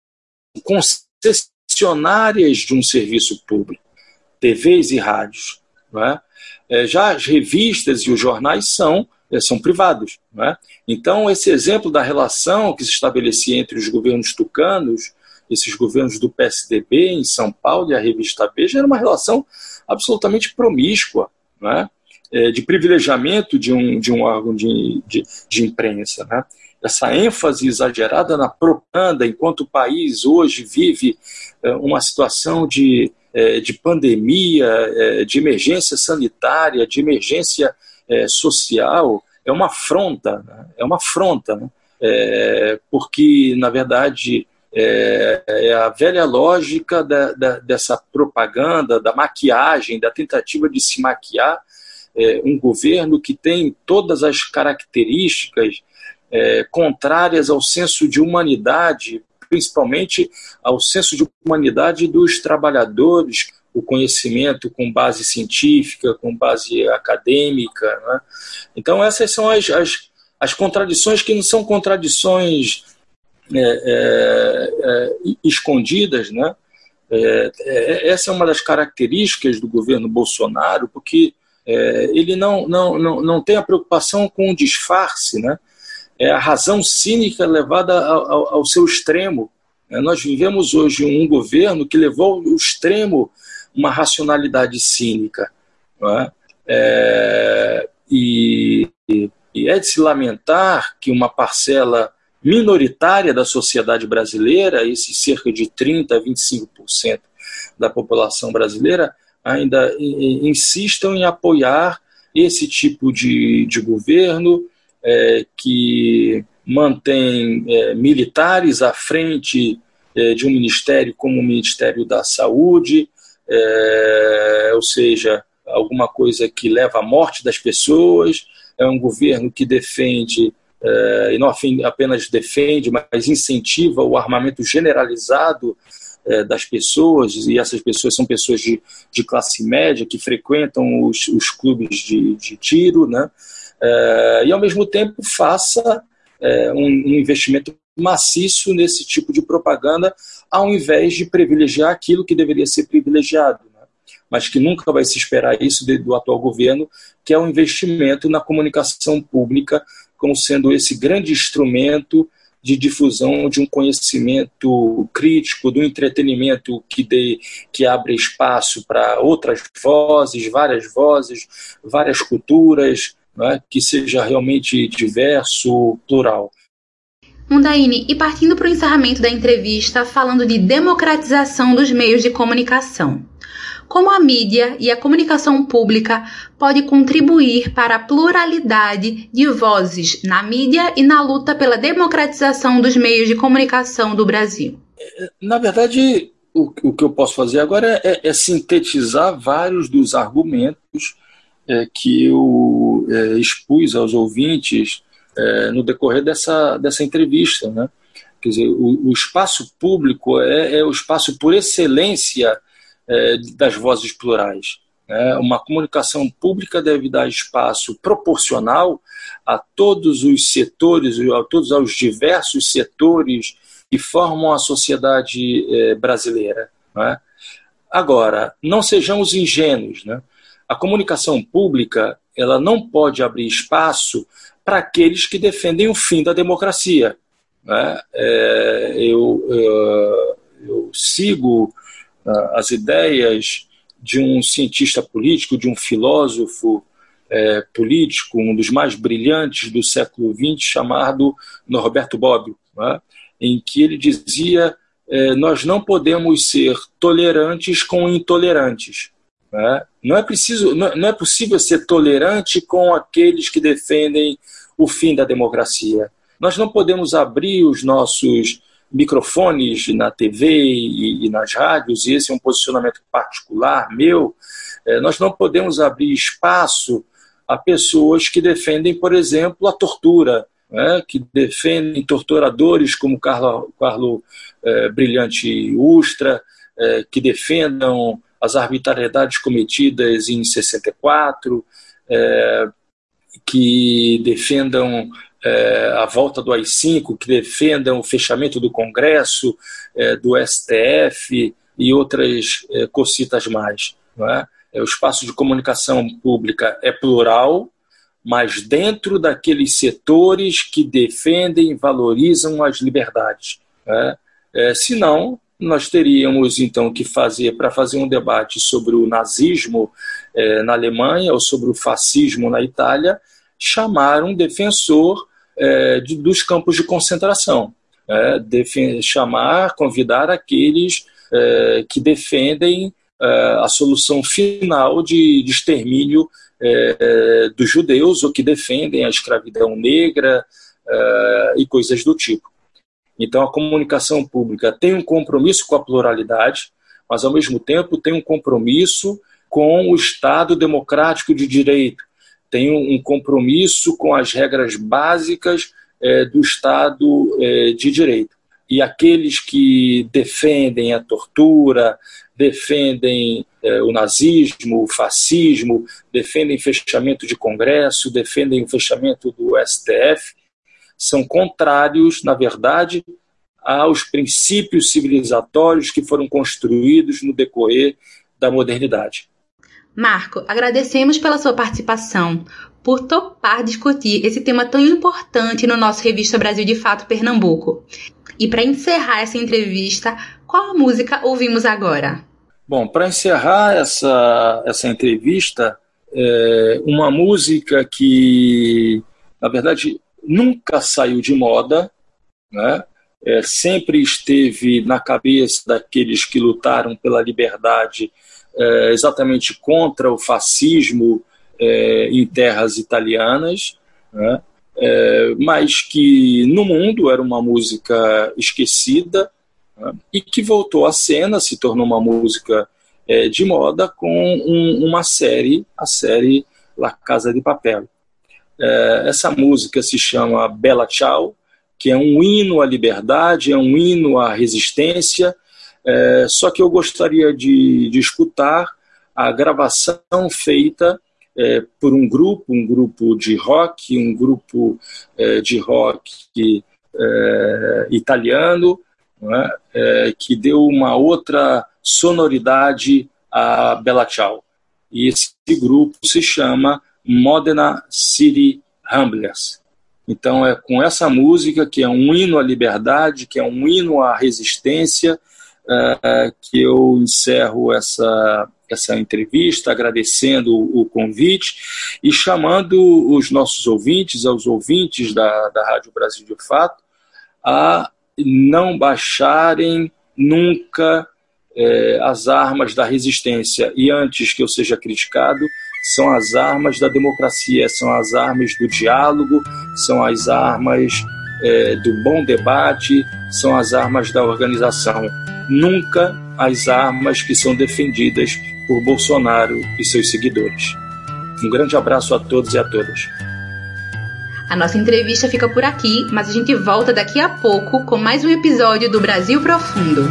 concessionárias de um serviço público, T Vs e rádios. Não é? Já as revistas e os jornais são, são privados. Não é? Então, esse exemplo da relação que se estabelecia entre os governos tucanos, esses governos do P S D B em São Paulo e a revista Veja, era uma relação absolutamente promíscua, não é? De privilegiamento de um, de um órgão de, de, de imprensa. Né? Essa ênfase exagerada na propaganda, enquanto o país hoje vive uma situação de de pandemia, de emergência sanitária, de emergência social, é uma afronta, né? é uma afronta, né? é, porque, na verdade, é, é a velha lógica da, da, dessa propaganda, da maquiagem, da tentativa de se maquiar é, um governo que tem todas as características é, contrárias ao senso de humanidade, principalmente ao senso de humanidade dos trabalhadores, o conhecimento com base científica, com base acadêmica. Né? Então, essas são as, as, as contradições que não são contradições é, é, é, escondidas, né? É, é, essa é uma das características do governo Bolsonaro, porque é, ele não, não, não, não tem a preocupação com o disfarce, né? É a razão cínica levada ao, ao, ao seu extremo. É, nós vivemos hoje um governo que levou ao extremo uma racionalidade cínica, não é? É, e, e é de se lamentar que uma parcela minoritária da sociedade brasileira, esses cerca de trinta a vinte e cinco por cento da população brasileira, ainda insistam em apoiar esse tipo de, de governo é, que mantém é, militares à frente é, de um ministério como o Ministério da Saúde, é, ou seja, alguma coisa que leva à morte das pessoas. É um governo que defende, é, e não apenas defende, mas incentiva o armamento generalizado é, das pessoas, e essas pessoas são pessoas de, de classe média que frequentam os, os clubes de, de tiro, né? É, e ao mesmo tempo faça é, um, um investimento maciço nesse tipo de propaganda, ao invés de privilegiar aquilo que deveria ser privilegiado, né? Mas que nunca vai se esperar isso do atual governo, que é o investimento na comunicação pública como sendo esse grande instrumento de difusão de um conhecimento crítico, do entretenimento que, dê, que abre espaço para outras vozes, várias vozes, várias culturas, né, que seja realmente diverso, plural. Mundaine, e partindo para o encerramento da entrevista, falando de democratização dos meios de comunicação. Como a mídia e a comunicação pública pode contribuir para a pluralidade de vozes na mídia e na luta pela democratização dos meios de comunicação do Brasil? Na verdade, o, o que eu posso fazer agora é, é sintetizar vários dos argumentos é, que eu é, expus aos ouvintes é, no decorrer dessa, dessa entrevista, né? Quer dizer, o, o espaço público é, é o espaço por excelência é, das vozes plurais. Né? Uma comunicação pública deve dar espaço proporcional a todos os setores, a todos os diversos setores que formam a sociedade é, brasileira. Né? Agora, não sejamos ingênuos, né? A comunicação pública ela não pode abrir espaço para aqueles que defendem o fim da democracia. Né? É, eu, eu, eu sigo uh, as ideias de um cientista político, de um filósofo é, político, um dos mais brilhantes do século vinte, chamado Norberto Bobbio, né? Em que ele dizia é, nós não podemos ser tolerantes com intolerantes. Né? Não é preciso, não, não é possível ser tolerante com aqueles que defendem o fim da democracia. Nós não podemos abrir os nossos microfones na T V e, e nas rádios, e esse é um posicionamento particular meu, é, nós não podemos abrir espaço a pessoas que defendem, por exemplo, a tortura, né, que defendem torturadores como Carlo, Carlo é, Brilhante Ustra, é, que defendam as arbitrariedades cometidas em sessenta e quatro, é, que defendam é, a volta do A I cinco, que defendam o fechamento do Congresso, é, do S T F e outras é, cocitas mais. Não é? É, o espaço de comunicação pública é plural, mas dentro daqueles setores que defendem e valorizam as liberdades. Né? É, senão, nós teríamos então que fazer, para fazer um debate sobre o nazismo eh, na Alemanha ou sobre o fascismo na Itália, chamar um defensor eh, de, dos campos de concentração, eh, defen- chamar, convidar aqueles eh, que defendem eh, a solução final de, de extermínio eh, dos judeus ou que defendem a escravidão negra eh, e coisas do tipo. Então, a comunicação pública tem um compromisso com a pluralidade, mas, ao mesmo tempo, tem um compromisso com o Estado democrático de direito, tem um compromisso com as regras básicas é, do Estado é, de direito. E aqueles que defendem a tortura, defendem é, o nazismo, o fascismo, defendem fechamento de Congresso, defendem o fechamento do S T F, são contrários, na verdade, aos princípios civilizatórios que foram construídos no decorrer da modernidade. Marco, agradecemos pela sua participação, por topar discutir esse tema tão importante no nosso Revista Brasil de Fato Pernambuco. E para encerrar essa entrevista, qual a música ouvimos agora? Bom, para encerrar essa, essa entrevista, é uma música que, na verdade, nunca saiu de moda, né? É, sempre esteve na cabeça daqueles que lutaram pela liberdade, é, exatamente contra o fascismo é, em terras italianas, né? É, mas que no mundo era uma música esquecida, né? E que voltou à cena, se tornou uma música é, de moda com um, uma série, a série La Casa de Papel. É, essa música se chama Bella Ciao, que é um hino à liberdade, é um hino à resistência, é, só que eu gostaria de, de escutar a gravação feita é, por um grupo, um grupo de rock, um grupo é, de rock é, italiano, né, é, que deu uma outra sonoridade a Bella Ciao. E esse grupo se chama Modena City Ramblers. Então é com essa música, que é um hino à liberdade, que é um hino à resistência, é, que eu encerro essa, essa entrevista, agradecendo o convite e chamando os nossos ouvintes, aos ouvintes da, da Rádio Brasil de Fato, a não baixarem nunca é, as armas da resistência. E antes que eu seja criticado, são as armas da democracia, são as armas do diálogo, são as armas é, do bom debate, são as armas da organização. Nunca as armas que são defendidas por Bolsonaro e seus seguidores. Um grande abraço a todos e a todas. A nossa entrevista fica por aqui, mas a gente volta daqui a pouco com mais um episódio do Brasil Profundo.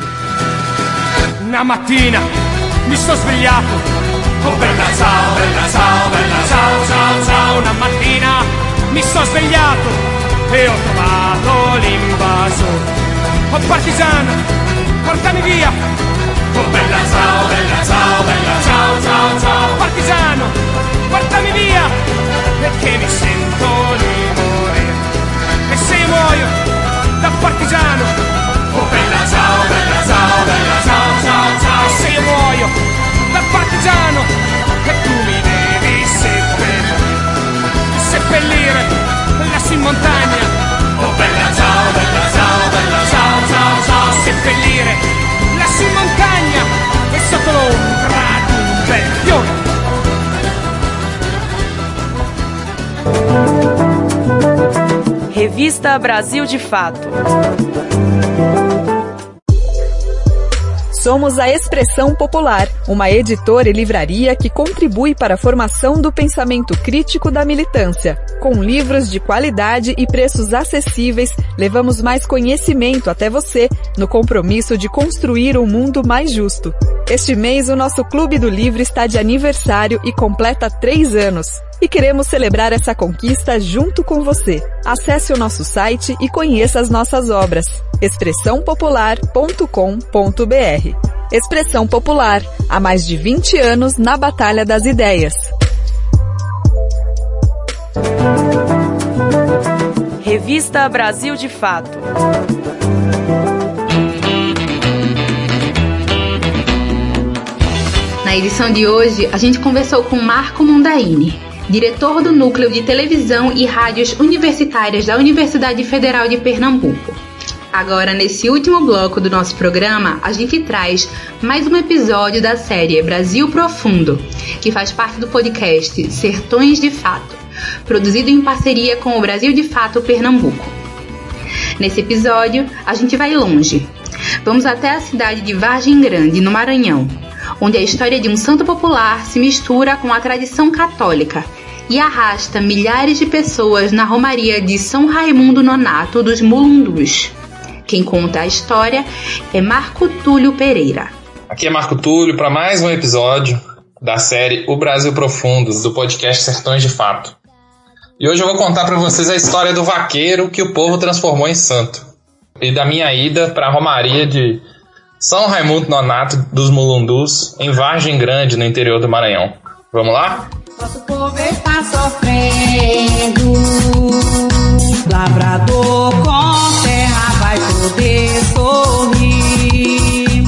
Na mattina mi sto svegliato. Oh bella ciao, bella ciao, bella ciao, ciao, ciao. Una mattina mi sono svegliato e ho trovato l'invasore. Oh partigiano, portami via. Oh bella ciao, bella ciao, bella ciao, ciao, ciao. Partigiano, portami via, perché mi sento di morire. E se io muoio da partigiano, oh bella ciao, bella ciao, bella ciao, ciao, ciao. E se io muoio da partigiano, e tu mi devi seppellire, seppellire lassù in montagna. Oh bella ciao, bella ciao, bella ciao, ciao, ciao. Seppellire lassù in montagna e sotto l'ombra di un bel fiore. Revista Brasil de Fato. Somos a Expressão Popular, uma editora e livraria que contribui para a formação do pensamento crítico da militância. Com livros de qualidade e preços acessíveis, levamos mais conhecimento até você, no compromisso de construir um mundo mais justo. Este mês, o nosso Clube do Livro está de aniversário e completa três anos. E queremos celebrar essa conquista junto com você. Acesse o nosso site e conheça as nossas obras. expressão popular ponto com ponto b r. Expressão Popular, há mais de vinte anos na Batalha das Ideias. Revista Brasil de Fato. Na edição de hoje, a gente conversou com Marco Mondaini, diretor do Núcleo de Televisão e Rádios Universitárias da Universidade Federal de Pernambuco. Agora, nesse último bloco do nosso programa, a gente traz mais um episódio da série Brasil Profundo, que faz parte do podcast Sertões de Fato, produzido em parceria com o Brasil de Fato Pernambuco. Nesse episódio, a gente vai longe. Vamos até a cidade de Vargem Grande, no Maranhão, onde a história de um santo popular se mistura com a tradição católica e arrasta milhares de pessoas na romaria de São Raimundo Nonato dos Mulundus. Quem conta a história é Marco Túlio Pereira. Aqui é Marco Túlio para mais um episódio da série O Brasil Profundo, do podcast Sertões de Fato. E hoje eu vou contar para vocês a história do vaqueiro que o povo transformou em santo. E da minha ida para a Romaria de São Raimundo Nonato dos Mulundus, em Vargem Grande, no interior do Maranhão. Vamos lá? Nosso povo está sofrendo. Lavrador com terra vai poder sorrir.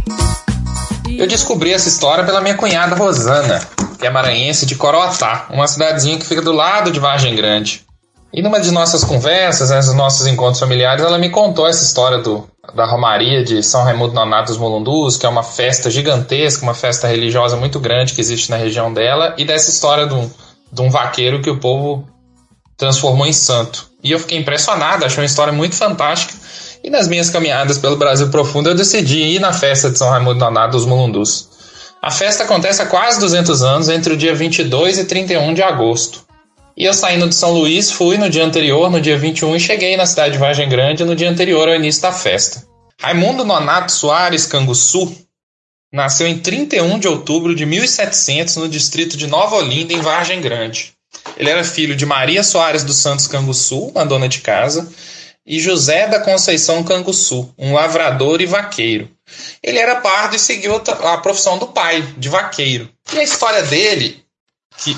Eu descobri essa história pela minha cunhada Rosana, que é maranhense de Coroatá, uma cidadezinha que fica do lado de Vargem Grande. E numa de nossas conversas, né, nos nossos encontros familiares, ela me contou essa história do, da Romaria de São Raimundo Nonato dos Mulundus, que é uma festa gigantesca, uma festa religiosa muito grande que existe na região dela, e dessa história de um, de um vaqueiro que o povo transformou em santo. E eu fiquei impressionado, achei uma história muito fantástica. E nas minhas caminhadas pelo Brasil Profundo, eu decidi ir na festa de São Raimundo Nonato dos Mulundus. A festa acontece há quase duzentos anos, entre o dia vinte e dois e trinta e um de agosto. E eu saindo de São Luís, fui no dia anterior, no dia vinte e um, e cheguei na cidade de Vargem Grande no dia anterior ao início da festa. Raimundo Nonato Soares Canguçu nasceu em trinta e um de outubro de mil e setecentos no distrito de Nova Olinda, em Vargem Grande. Ele era filho de Maria Soares dos Santos Canguçu, uma dona de casa, e José da Conceição Canguçu, um lavrador e vaqueiro. Ele era pardo e seguiu a profissão do pai, de vaqueiro. E a história dele, que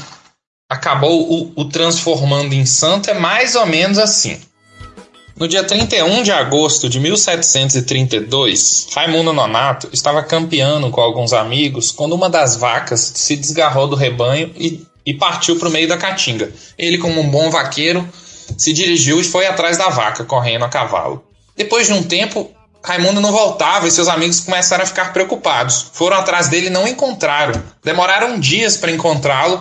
acabou o, o transformando em santo, é mais ou menos assim. No dia trinta e um de agosto de mil setecentos e trinta e dois, Raimundo Nonato estava campeando com alguns amigos quando uma das vacas se desgarrou do rebanho e, e partiu para o meio da caatinga. Ele, como um bom vaqueiro, se dirigiu e foi atrás da vaca, correndo a cavalo. Depois de um tempo, Raimundo não voltava e seus amigos começaram a ficar preocupados. Foram atrás dele e não encontraram. Demoraram dias para encontrá-lo,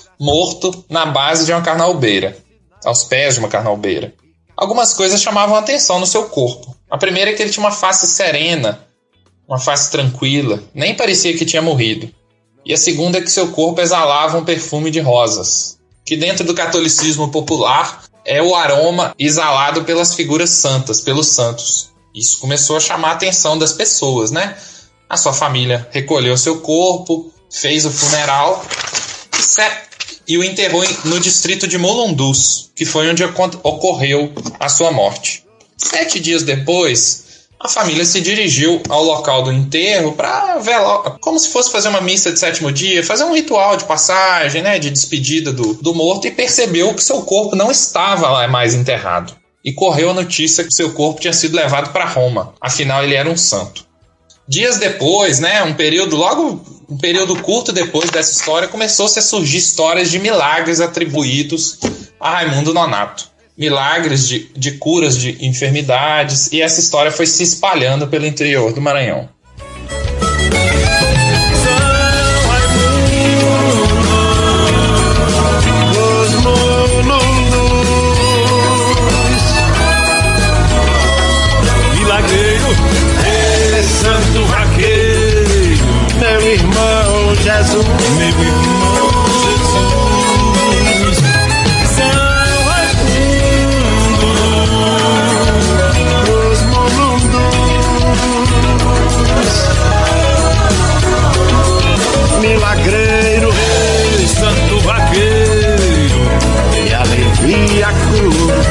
morto na base de uma carnaubeira, aos pés de uma carnaubeira. Algumas coisas chamavam a atenção no seu corpo. A primeira é que ele tinha uma face serena, uma face tranquila, nem parecia que tinha morrido. E a segunda é que seu corpo exalava um perfume de rosas, que dentro do catolicismo popular é o aroma exalado pelas figuras santas, pelos santos. Isso começou a chamar a atenção das pessoas, né? A sua família recolheu seu corpo, fez o funeral e se... e o enterrou no distrito de Mulundus, que foi onde ocorreu a sua morte. Sete dias depois, a família se dirigiu ao local do enterro para velar, como se fosse fazer uma missa de sétimo dia, fazer um ritual de passagem, né, de despedida do, do morto, e percebeu que seu corpo não estava lá mais enterrado. E correu a notícia que seu corpo tinha sido levado para Roma, afinal ele era um santo. Dias depois, né, um período logo um período curto depois dessa história, começou-se a surgir histórias de milagres atribuídos a Raimundo Nonato. Milagres de, de curas de enfermidades, e essa história foi se espalhando pelo interior do Maranhão. Jesus, meu irmão Jesus, São Raimundo dos Mulundus, milagreiro, rei, santo vaqueiro, e alivia a cruz.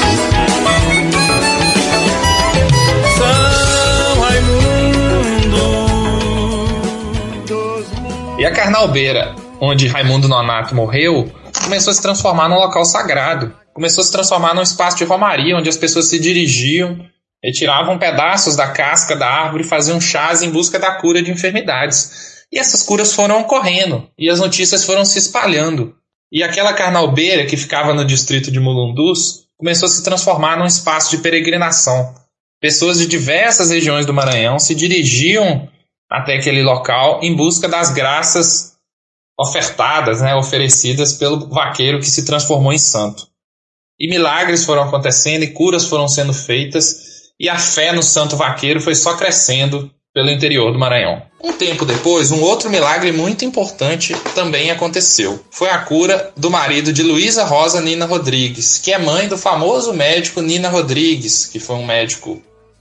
E a carnaubeira, onde Raimundo Nonato morreu, começou a se transformar num local sagrado. Começou a se transformar num espaço de romaria, onde as pessoas se dirigiam, retiravam pedaços da casca da árvore e faziam chás em busca da cura de enfermidades. E essas curas foram ocorrendo, e as notícias foram se espalhando. E aquela carnaubeira que ficava no distrito de Mulundus começou a se transformar num espaço de peregrinação. Pessoas de diversas regiões do Maranhão se dirigiam até aquele local em busca das graças ofertadas, né, oferecidas pelo vaqueiro que se transformou em santo. E milagres foram acontecendo e curas foram sendo feitas, e a fé no santo vaqueiro foi só crescendo pelo interior do Maranhão. Um tempo depois, um outro milagre muito importante também aconteceu. Foi a cura do marido de Luísa Rosa Nina Rodrigues, que é mãe do famoso médico Nina Rodrigues, que foi um médico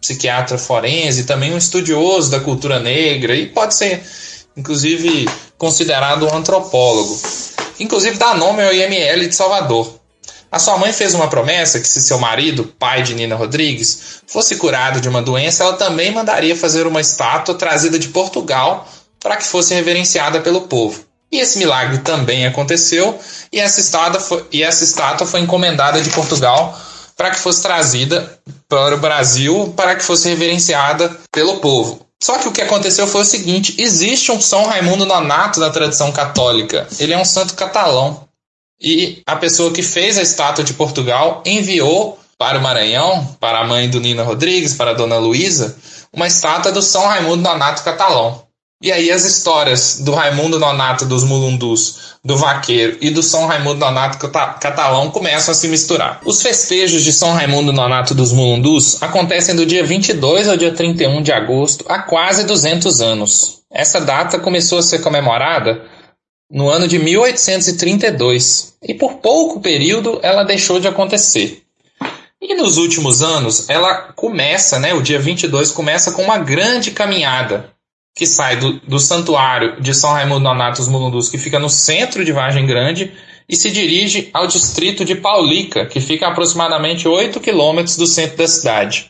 psiquiatra forense, também um estudioso da cultura negra e pode ser, inclusive, considerado um antropólogo. Inclusive dá nome ao I M L de Salvador. A sua mãe fez uma promessa que se seu marido, pai de Nina Rodrigues, fosse curado de uma doença, ela também mandaria fazer uma estátua trazida de Portugal para que fosse reverenciada pelo povo. E esse milagre também aconteceu e essa estátua foi, e essa estátua foi encomendada de Portugal para que fosse trazida para o Brasil, para que fosse reverenciada pelo povo. Só que o que aconteceu foi o seguinte: existe um São Raimundo Nonato da tradição católica. Ele é um santo catalão. E a pessoa que fez a estátua de Portugal enviou para o Maranhão, para a mãe do Nina Rodrigues, para a Dona Luísa, uma estátua do São Raimundo Nonato catalão. E aí as histórias do Raimundo Nonato dos Mulundus, do Vaqueiro e do São Raimundo Nonato catalão começam a se misturar. Os festejos de São Raimundo Nonato dos Mulundus acontecem do dia vinte e dois ao dia trinta e um de agosto, há quase duzentos anos. Essa data começou a ser comemorada no ano de mil oitocentos e trinta e dois, e por pouco período ela deixou de acontecer. E nos últimos anos ela começa, né, o dia vinte e dois começa com uma grande caminhada, que sai do, do santuário de São Raimundo Nonato dos Mulundus, que fica no centro de Vargem Grande, e se dirige ao distrito de Paulica, que fica a aproximadamente oito quilômetros do centro da cidade.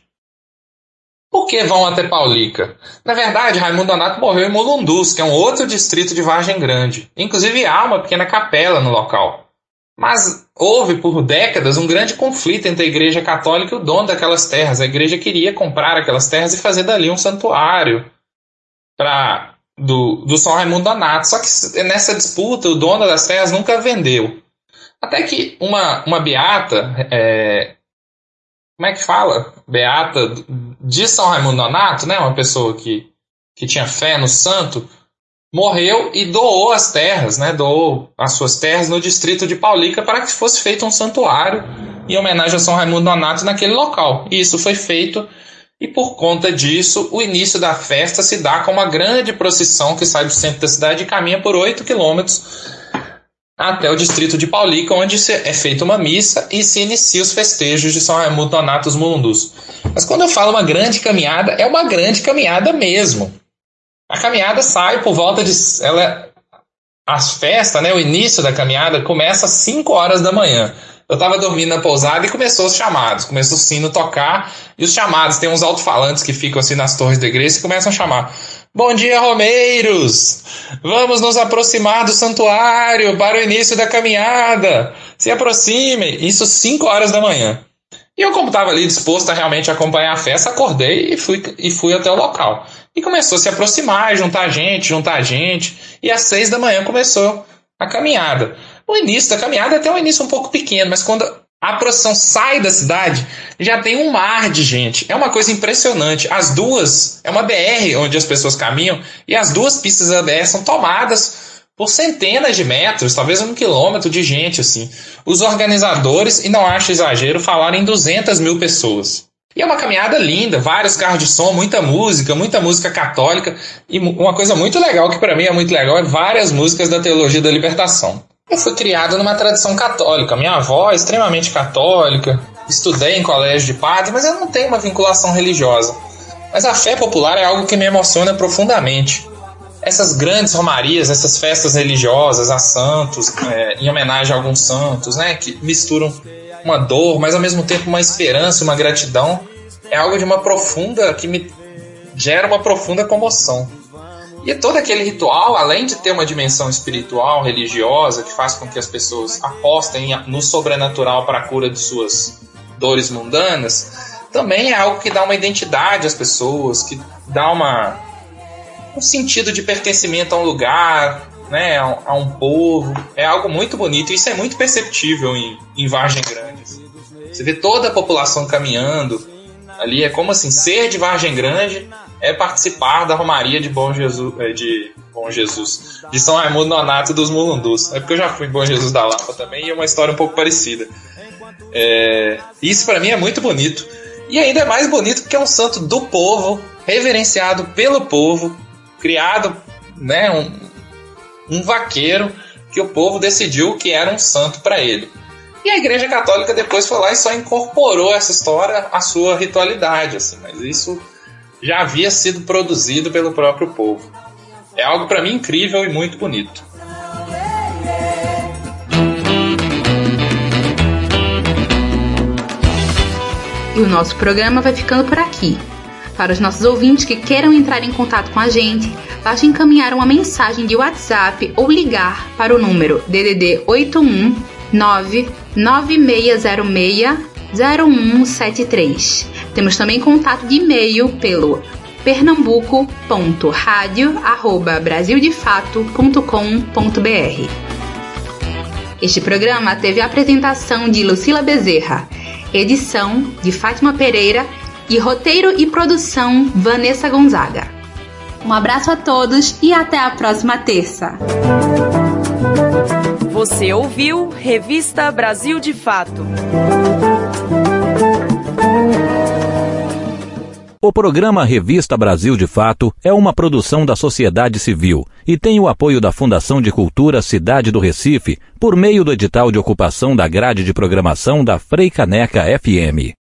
Por que vão até Paulica? Na verdade, Raimundo Nonato morreu em Mulundus, que é um outro distrito de Vargem Grande. Inclusive há uma pequena capela no local. Mas houve por décadas um grande conflito entre a Igreja Católica e o dono daquelas terras. A igreja queria comprar aquelas terras e fazer dali um santuário pra, do, do São Raimundo Nonato. Só que nessa disputa o dono das terras nunca vendeu. Até que uma, uma beata, é, como é que fala? Beata de São Raimundo Nonato, né? Uma pessoa que, que tinha fé no santo, morreu e doou as terras, né? Doou as suas terras no distrito de Paulica para que fosse feito um santuário em homenagem a São Raimundo Nonato naquele local. E isso foi feito. E por conta disso, o início da festa se dá com uma grande procissão que sai do centro da cidade e caminha por oito quilômetros até o distrito de Paulica, onde é feita uma missa e se inicia os festejos de São Raimundo Nonato dos Mulundus. Mas quando eu falo uma grande caminhada, é uma grande caminhada mesmo. A caminhada sai por volta de... Ela, as festas, né, o início da caminhada começa às cinco horas da manhã. Eu estava dormindo na pousada e começou os chamados. Começou o sino tocar e os chamados. Tem uns alto-falantes que ficam assim nas torres da igreja e começam a chamar. Bom dia, romeiros! Vamos nos aproximar do santuário para o início da caminhada. Se aproximem. Isso cinco horas da manhã. E eu, como estava ali disposto a realmente acompanhar a festa, acordei e fui, e fui até o local. E começou a se aproximar, juntar gente, juntar gente. E às seis da manhã começou a caminhada. O início da caminhada é até um início um pouco pequeno, mas quando a procissão sai da cidade, já tem um mar de gente. É uma coisa impressionante. As duas, é uma B R onde as pessoas caminham, e as duas pistas da B R são tomadas por centenas de metros, talvez um quilômetro de gente, assim. Os organizadores, e não acho exagero, falaram em duzentas mil pessoas. E é uma caminhada linda, vários carros de som, muita música, muita música católica, e uma coisa muito legal, que para mim é muito legal, é várias músicas da Teologia da Libertação. Eu fui criado numa tradição católica. Minha avó é extremamente católica, estudei em colégio de padre, mas eu não tenho uma vinculação religiosa. Mas a fé popular é algo que me emociona profundamente. Essas grandes romarias, essas festas religiosas a santos, é, em homenagem a alguns santos, né, que misturam uma dor, mas ao mesmo tempo uma esperança, uma gratidão, é algo de uma profunda, que me gera uma profunda comoção. E todo aquele ritual, além de ter uma dimensão espiritual, religiosa, que faz com que as pessoas apostem no sobrenatural para a cura de suas dores mundanas, também é algo que dá uma identidade às pessoas, que dá uma, um sentido de pertencimento a um lugar, né, a, a um povo. É algo muito bonito, e isso é muito perceptível em, em Vargem Grande. Você vê toda a população caminhando ali, é como assim, ser de Vargem Grande é participar da Romaria de Bom Jesus, de Bom Jesus, de São Raimundo Nonato dos Mulundus. É porque eu já fui em Bom Jesus da Lapa também, e é uma história um pouco parecida. É, isso para mim é muito bonito. E ainda é mais bonito porque é um santo do povo, reverenciado pelo povo, criado, né, um, um vaqueiro que o povo decidiu que era um santo para ele. E a Igreja Católica depois foi lá e só incorporou essa história à sua ritualidade, assim, mas isso já havia sido produzido pelo próprio povo. É algo para mim incrível e muito bonito. E o nosso programa vai ficando por aqui. Para os nossos ouvintes que queiram entrar em contato com a gente, basta encaminhar uma mensagem de WhatsApp ou ligar para o número D D D oito um nove nove seis zero seis zero um sete três. Temos também contato de e-mail pelo pernambuco ponto radio arroba brasil de fato ponto com ponto b r. Este programa teve a apresentação de Lucila Bezerra, edição de Fátima Pereira e roteiro e produção Vanessa Gonzaga. Um abraço a todos e até a próxima terça. Você ouviu Revista Brasil de Fato. O programa Revista Brasil de Fato é uma produção da sociedade civil e tem o apoio da Fundação de Cultura Cidade do Recife por meio do edital de ocupação da grade de programação da Frei Caneca F M.